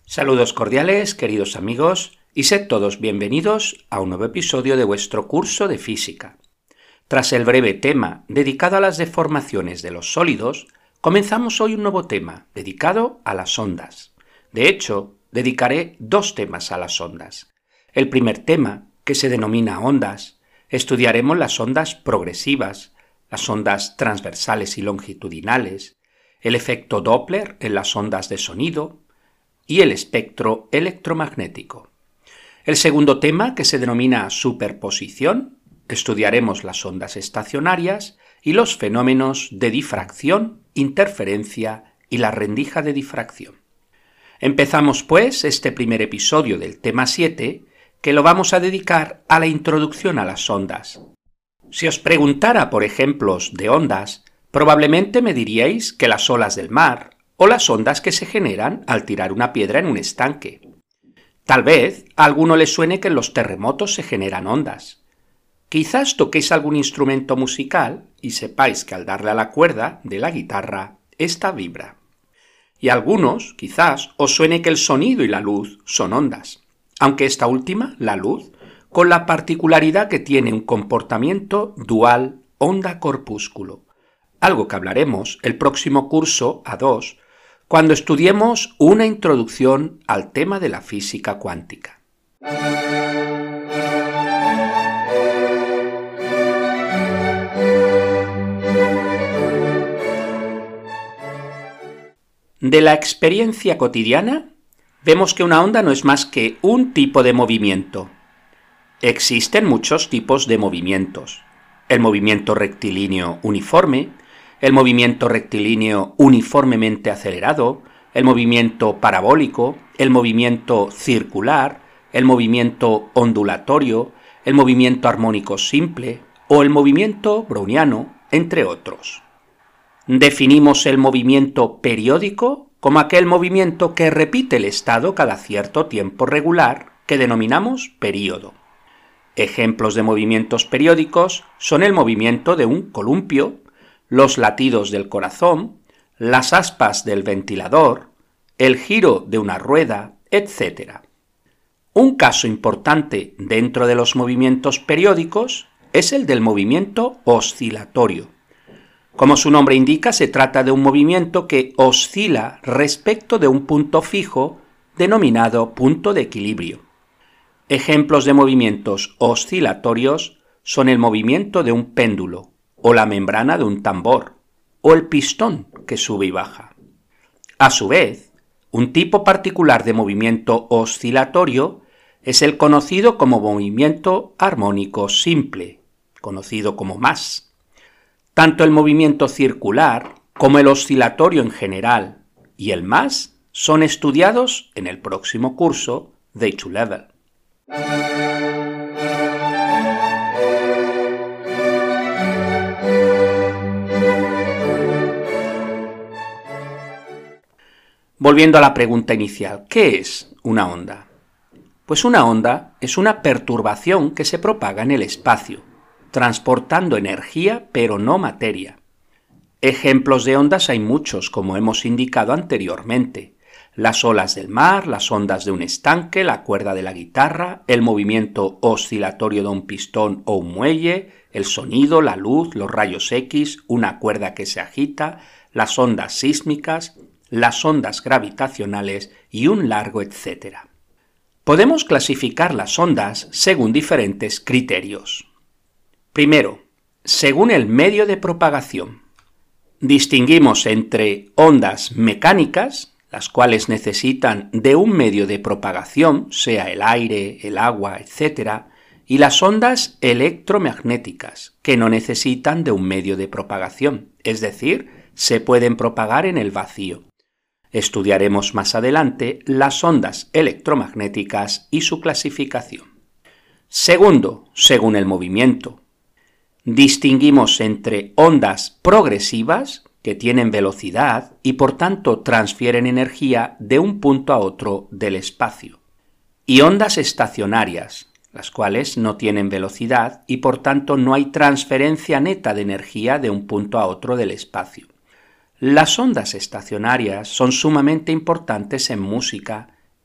Saludos cordiales, queridos amigos, y sed todos bienvenidos a un nuevo episodio de vuestro curso de física. Tras el breve tema dedicado a las deformaciones de los sólidos, comenzamos hoy un nuevo tema dedicado a las ondas. De hecho, dedicaré dos temas a las ondas. El primer tema, que se denomina ondas, estudiaremos las ondas progresivas, las ondas transversales y longitudinales, el efecto Doppler en las ondas de sonido y el espectro electromagnético. El segundo tema, que se denomina superposición, estudiaremos las ondas estacionarias y los fenómenos de difracción, interferencia y la rendija de difracción. Empezamos, pues, este primer episodio del tema 7, que lo vamos a dedicar a la introducción a las ondas. Si os preguntara por ejemplos de ondas, probablemente me diríais que las olas del mar o las ondas que se generan al tirar una piedra en un estanque. Tal vez a alguno le suene que en los terremotos se generan ondas. Quizás toquéis algún instrumento musical y sepáis que al darle a la cuerda de la guitarra, ésta vibra. Y a algunos, quizás, os suene que el sonido y la luz son ondas, aunque esta última, la luz, con la particularidad que tiene un comportamiento dual onda-corpúsculo, algo que hablaremos el próximo curso A2, cuando estudiemos una introducción al tema de la física cuántica. De la experiencia cotidiana, vemos que una onda no es más que un tipo de movimiento. Existen muchos tipos de movimientos. El movimiento rectilíneo uniforme, el movimiento rectilíneo uniformemente acelerado, el movimiento parabólico, el movimiento circular, el movimiento ondulatorio, el movimiento armónico simple o el movimiento browniano, entre otros. Definimos el movimiento periódico como aquel movimiento que repite el estado cada cierto tiempo regular que denominamos período. Ejemplos de movimientos periódicos son el movimiento de un columpio, los latidos del corazón, las aspas del ventilador, el giro de una rueda, etc. Un caso importante dentro de los movimientos periódicos es el del movimiento oscilatorio. Como su nombre indica, se trata de un movimiento que oscila respecto de un punto fijo denominado punto de equilibrio. Ejemplos de movimientos oscilatorios son el movimiento de un péndulo, o la membrana de un tambor, o el pistón que sube y baja. A su vez, un tipo particular de movimiento oscilatorio es el conocido como movimiento armónico simple, conocido como MAS. Tanto el movimiento circular como el oscilatorio en general y el MAS son estudiados en el próximo curso de A2 Level. Volviendo a la pregunta inicial, ¿qué es una onda? Pues una onda es una perturbación que se propaga en el espacio, transportando energía pero no materia. Ejemplos de ondas hay muchos, como hemos indicado anteriormente. Las olas del mar, las ondas de un estanque, la cuerda de la guitarra, el movimiento oscilatorio de un pistón o un muelle, el sonido, la luz, los rayos X, una cuerda que se agita, las ondas sísmicas, las ondas gravitacionales y un largo etcétera. Podemos clasificar las ondas según diferentes criterios. Primero, según el medio de propagación. Distinguimos entre ondas mecánicas, las cuales necesitan de un medio de propagación, sea el aire, el agua, etc., y las ondas electromagnéticas, que no necesitan de un medio de propagación, es decir, se pueden propagar en el vacío. Estudiaremos más adelante las ondas electromagnéticas y su clasificación. Segundo, según el movimiento. Distinguimos entre ondas progresivas, que tienen velocidad y por tanto transfieren energía de un punto a otro del espacio, y ondas estacionarias, las cuales no tienen velocidad y por tanto no hay transferencia neta de energía de un punto a otro del espacio. Las ondas estacionarias son sumamente importantes en música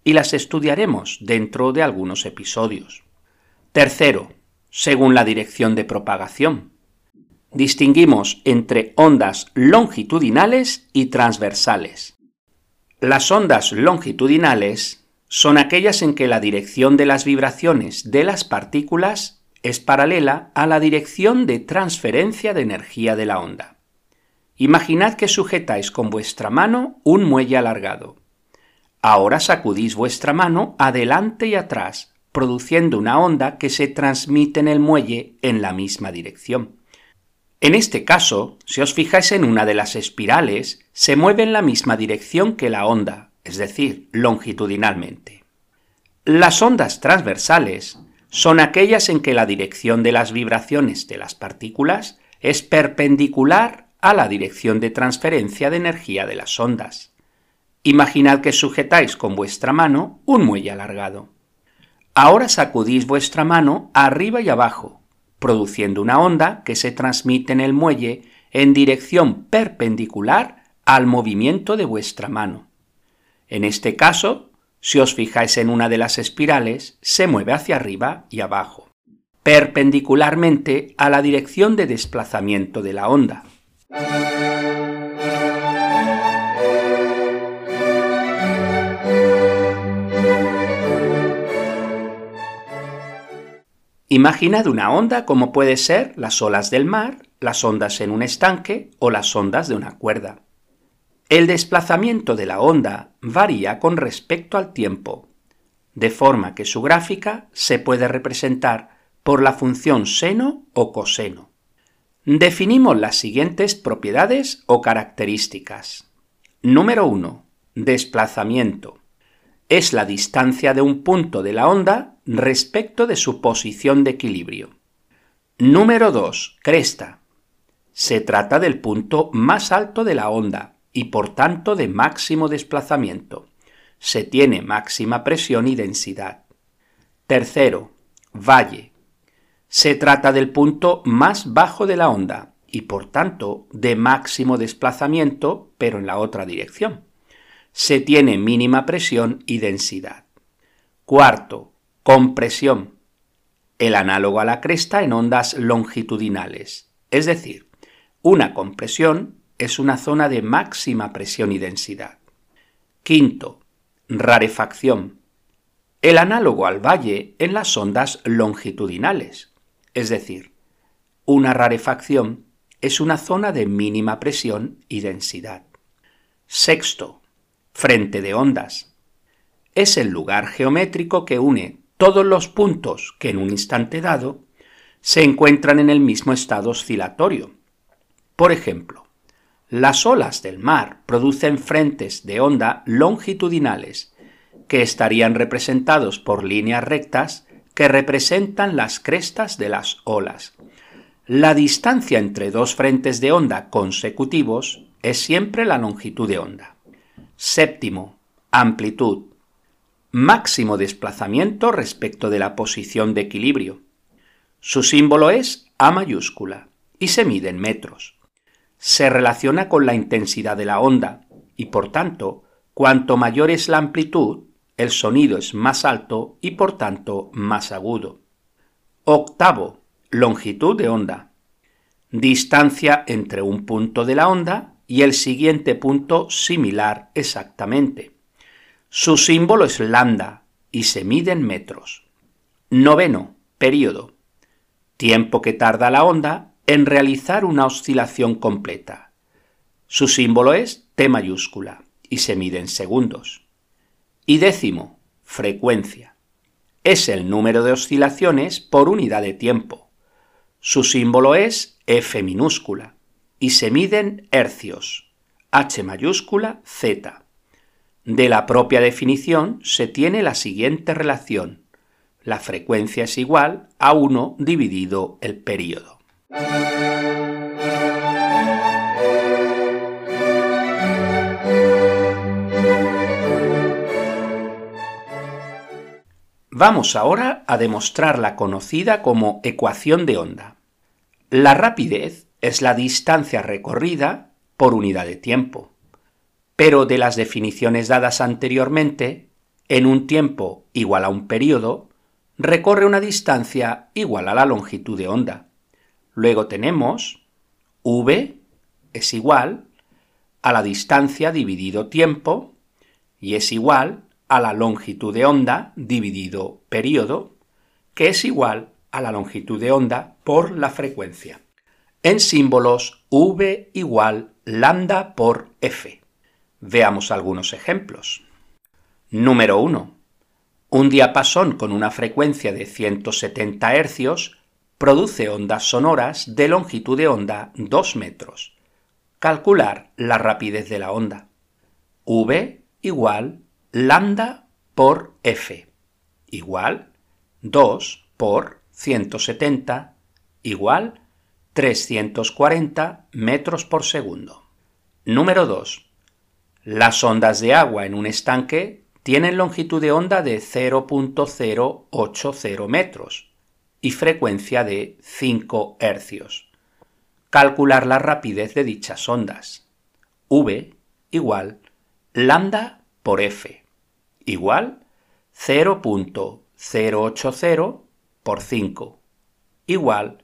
y las estudiaremos dentro de algunos episodios. Tercero, según la dirección de propagación. Distinguimos entre ondas longitudinales y transversales. Las ondas longitudinales son aquellas en que la dirección de las vibraciones de las partículas es paralela a la dirección de transferencia de energía de la onda. Imaginad que sujetáis con vuestra mano un muelle alargado. Ahora sacudís vuestra mano adelante y atrás, produciendo una onda que se transmite en el muelle en la misma dirección. En este caso, si os fijáis en una de las espirales, se mueve en la misma dirección que la onda, es decir, longitudinalmente. Las ondas transversales son aquellas en que la dirección de las vibraciones de las partículas es perpendicular a la dirección de transferencia de energía de las ondas. Imaginad que sujetáis con vuestra mano un muelle alargado. Ahora sacudís vuestra mano arriba y abajo, produciendo una onda que se transmite en el muelle en dirección perpendicular al movimiento de vuestra mano. En este caso, si os fijáis en una de las espirales, se mueve hacia arriba y abajo, perpendicularmente a la dirección de desplazamiento de la onda. Imaginad una onda como puede ser las olas del mar, las ondas en un estanque o las ondas de una cuerda. El desplazamiento de la onda varía con respecto al tiempo, de forma que su gráfica se puede representar por la función seno o coseno. Definimos las siguientes propiedades o características. Número 1. Desplazamiento. Es la distancia de un punto de la onda respecto de su posición de equilibrio. Número 2. Cresta. Se trata del punto más alto de la onda y por tanto de máximo desplazamiento. Se tiene máxima presión y densidad. Tercero. Valle. Se trata del punto más bajo de la onda y por tanto de máximo desplazamiento, pero en la otra dirección. Se tiene mínima presión y densidad. Cuarto, compresión. El análogo a la cresta en ondas longitudinales, es decir, una compresión es una zona de máxima presión y densidad. Quinto, rarefacción. El análogo al valle en las ondas longitudinales, es decir, una rarefacción es una zona de mínima presión y densidad. Sexto, frente de ondas. Es el lugar geométrico que une todos los puntos que en un instante dado se encuentran en el mismo estado oscilatorio. Por ejemplo, las olas del mar producen frentes de onda longitudinales que estarían representados por líneas rectas que representan las crestas de las olas. La distancia entre dos frentes de onda consecutivos es siempre la longitud de onda. Séptimo, amplitud. Máximo desplazamiento respecto de la posición de equilibrio. Su símbolo es A mayúscula y se mide en metros. Se relaciona con la intensidad de la onda y, por tanto, cuanto mayor es la amplitud, el sonido es más alto y, por tanto, más agudo. Octavo, longitud de onda. Distancia entre un punto de la onda y el siguiente punto similar exactamente. Su símbolo es lambda y se mide en metros. Noveno, período. Tiempo que tarda la onda en realizar una oscilación completa. Su símbolo es T mayúscula y se mide en segundos. Y décimo, frecuencia. Es el número de oscilaciones por unidad de tiempo. Su símbolo es F minúscula y se miden hercios, H mayúscula, Z. De la propia definición se tiene la siguiente relación. La frecuencia es igual a 1 dividido el período. Vamos ahora a demostrar la conocida como ecuación de onda. La rapidez es la distancia recorrida por unidad de tiempo. Pero de las definiciones dadas anteriormente, en un tiempo igual a un periodo, recorre una distancia igual a la longitud de onda. Luego tenemos v es igual a la distancia dividido tiempo y es igual a la longitud de onda dividido periodo, que es igual a la longitud de onda por la frecuencia. En símbolos, v igual lambda por f. Veamos algunos ejemplos. Número 1. Un diapasón con una frecuencia de 170 Hz produce ondas sonoras de longitud de onda 2 metros. Calcular la rapidez de la onda. V igual lambda por f, igual 2 por 170, igual 340 metros por segundo. Número 2. Las ondas de agua en un estanque tienen longitud de onda de 0.080 metros y frecuencia de 5 Hz. Calcular la rapidez de dichas ondas. V igual lambda por f, igual 0.080 por 5, igual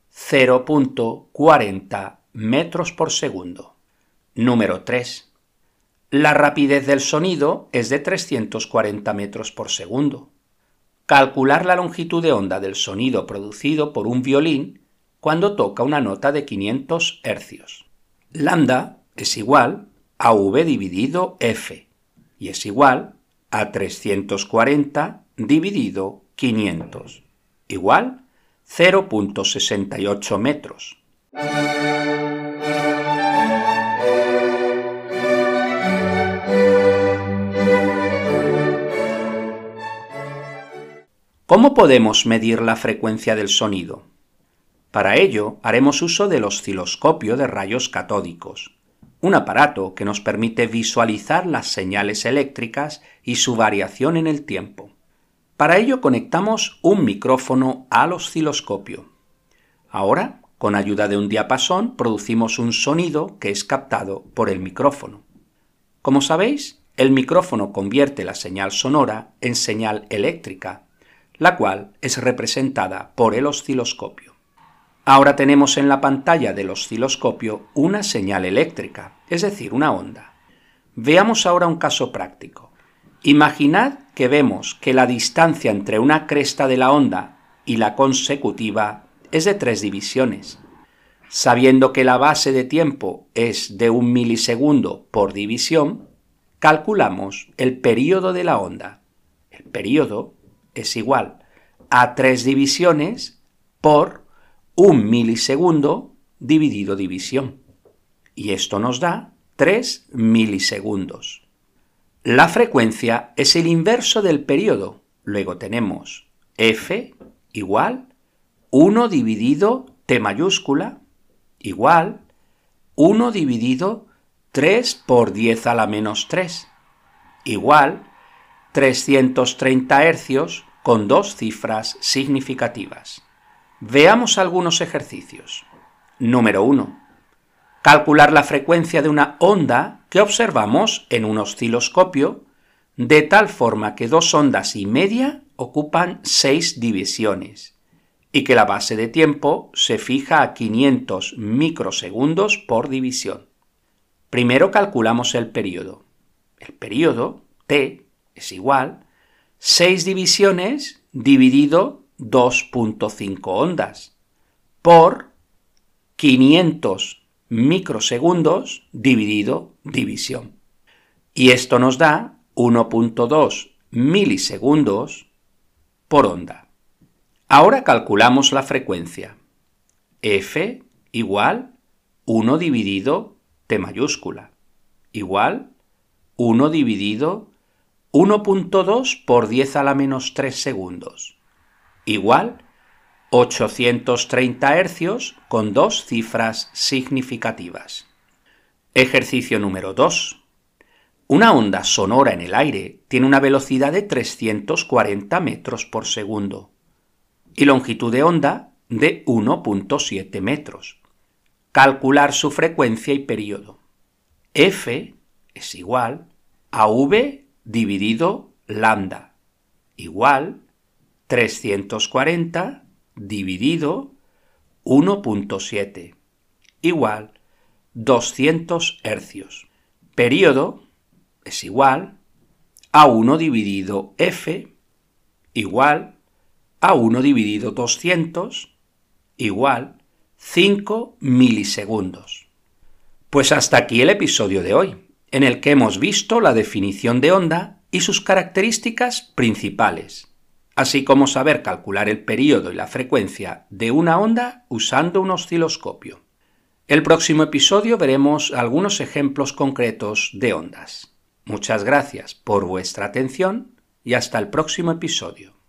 0.40 metros por segundo. Número 3. La rapidez del sonido es de 340 metros por segundo. Calcular la longitud de onda del sonido producido por un violín cuando toca una nota de 500 Hz. Lambda es igual a v dividido f y es igual a 340 dividido 500, igual 0.68 metros. ¿Cómo podemos medir la frecuencia del sonido? Para ello, haremos uso del osciloscopio de rayos catódicos, un aparato que nos permite visualizar las señales eléctricas y su variación en el tiempo. Para ello conectamos un micrófono al osciloscopio. Ahora, con ayuda de un diapasón, producimos un sonido que es captado por el micrófono. Como sabéis, el micrófono convierte la señal sonora en señal eléctrica, la cual es representada por el osciloscopio. Ahora tenemos en la pantalla del osciloscopio una señal eléctrica, es decir, una onda. Veamos ahora un caso práctico. Imaginad que vemos que la distancia entre una cresta de la onda y la consecutiva es de 3 divisiones. Sabiendo que la base de tiempo es de 1 milisegundo por división, calculamos el período de la onda. El período es igual a 3 divisiones por 1 milisegundo dividido división. Y esto nos da 3 milisegundos. La frecuencia es el inverso del período. Luego tenemos f igual 1 dividido t mayúscula igual 1 dividido 3 por 10 a la menos 3 igual 330 Hz con 2 cifras significativas. Veamos algunos ejercicios. Número 1. Calcular la frecuencia de una onda que observamos en un osciloscopio de tal forma que 2 ondas y media ocupan 6 divisiones y que la base de tiempo se fija a 500 microsegundos por división. Primero calculamos el período. El período, t, es igual 6 divisiones dividido 2.5 ondas por 500 microsegundos dividido división. Y esto nos da 1.2 milisegundos por onda. Ahora calculamos la frecuencia. F igual 1 dividido t mayúscula igual 1 dividido 1.2 por 10 a la menos 3 segundos igual 830 Hz con 2 cifras significativas. Ejercicio número 2. Una onda sonora en el aire tiene una velocidad de 340 metros por segundo y longitud de onda de 1.7 metros. Calcular su frecuencia y período. F es igual a V dividido lambda igual 340 dividido 1.7 igual 200 hercios. Período es igual a 1 dividido f igual a 1 dividido 200 igual 5 milisegundos. Pues hasta aquí el episodio de hoy, en el que hemos visto la definición de onda y sus características principales, así como saber calcular el período y la frecuencia de una onda usando un osciloscopio. El próximo episodio veremos algunos ejemplos concretos de ondas. Muchas gracias por vuestra atención y hasta el próximo episodio.